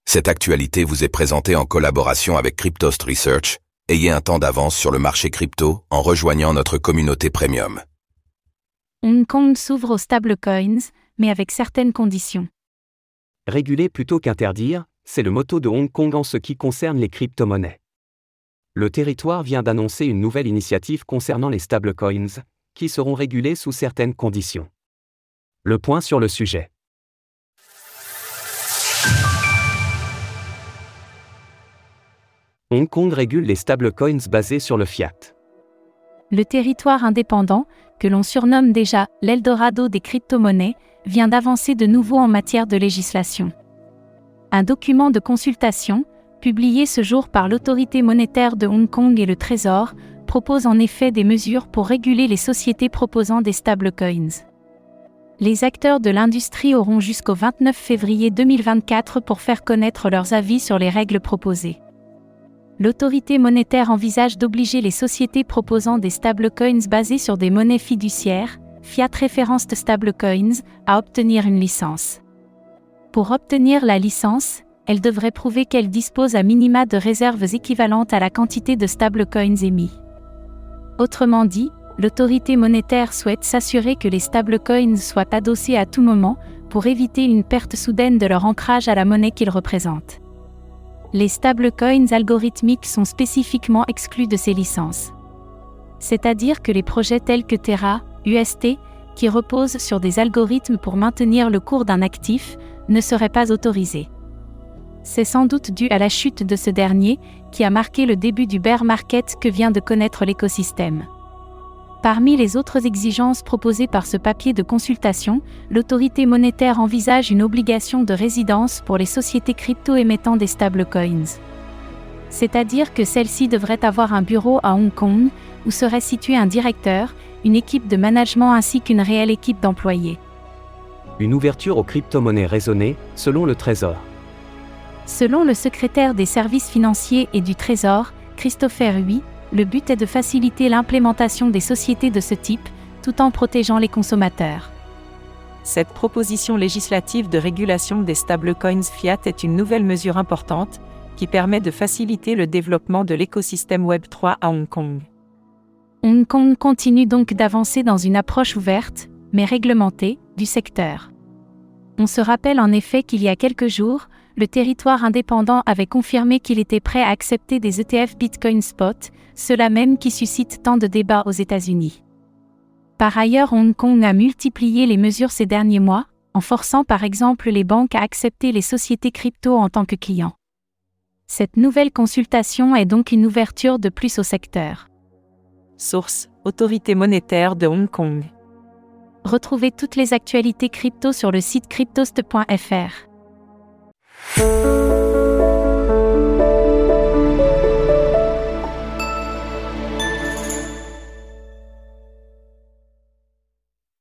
Cette actualité vous est présentée en collaboration avec Cryptost Research. Ayez un temps d'avance sur le marché crypto en rejoignant notre communauté premium. Hong Kong s'ouvre aux stablecoins, mais avec certaines conditions. Réguler plutôt qu'interdire, c'est le motto de Hong Kong en ce qui concerne les crypto-monnaies. Le territoire vient d'annoncer une nouvelle initiative concernant les stablecoins, qui seront régulés sous certaines conditions. Le point sur le sujet. Hong Kong régule les stablecoins basés sur le fiat. Le territoire indépendant, que l'on surnomme déjà l'Eldorado des crypto-monnaies, vient d'avancer de nouveau en matière de législation. Un document de consultation, publié ce jour par l'autorité monétaire de Hong Kong et le Trésor, propose en effet des mesures pour réguler les sociétés proposant des stablecoins. Les acteurs de l'industrie auront jusqu'au 29 février 2024 pour faire connaître leurs avis sur les règles proposées. L'autorité monétaire envisage d'obliger les sociétés proposant des stablecoins basés sur des monnaies fiduciaires, Fiat Referenced Stablecoins, à obtenir une licence. Pour obtenir la licence, elles devraient prouver qu'elles disposent à minima de réserves équivalentes à la quantité de stablecoins émis. Autrement dit, l'autorité monétaire souhaite s'assurer que les stablecoins soient adossés à tout moment pour éviter une perte soudaine de leur ancrage à la monnaie qu'ils représentent. Les stablecoins algorithmiques sont spécifiquement exclus de ces licences. C'est-à-dire que les projets tels que Terra, UST, qui reposent sur des algorithmes pour maintenir le cours d'un actif, ne seraient pas autorisés. C'est sans doute dû à la chute de ce dernier, qui a marqué le début du bear market que vient de connaître l'écosystème. Parmi les autres exigences proposées par ce papier de consultation, l'autorité monétaire envisage une obligation de résidence pour les sociétés crypto émettant des stablecoins. C'est-à-dire que celles-ci devraient avoir un bureau à Hong Kong, où serait situé un directeur, une équipe de management ainsi qu'une réelle équipe d'employés. Une ouverture aux crypto-monnaies raisonnée, selon le Trésor. Selon le secrétaire des services financiers et du Trésor, Christopher Hui, le but est de faciliter l'implémentation des sociétés de ce type, tout en protégeant les consommateurs. Cette proposition législative de régulation des stablecoins fiat est une nouvelle mesure importante, qui permet de faciliter le développement de l'écosystème Web3 à Hong Kong. Hong Kong continue donc d'avancer dans une approche ouverte, mais réglementée, du secteur. On se rappelle en effet qu'il y a quelques jours, le territoire indépendant avait confirmé qu'il était prêt à accepter des ETF Bitcoin Spot, ceux-là même qui suscitent tant de débats aux États-Unis. Par ailleurs, Hong Kong a multiplié les mesures ces derniers mois, en forçant par exemple les banques à accepter les sociétés crypto en tant que clients. Cette nouvelle consultation est donc une ouverture de plus au secteur. Source: Autorité monétaire de Hong Kong. Retrouvez toutes les actualités crypto sur le site cryptost.fr.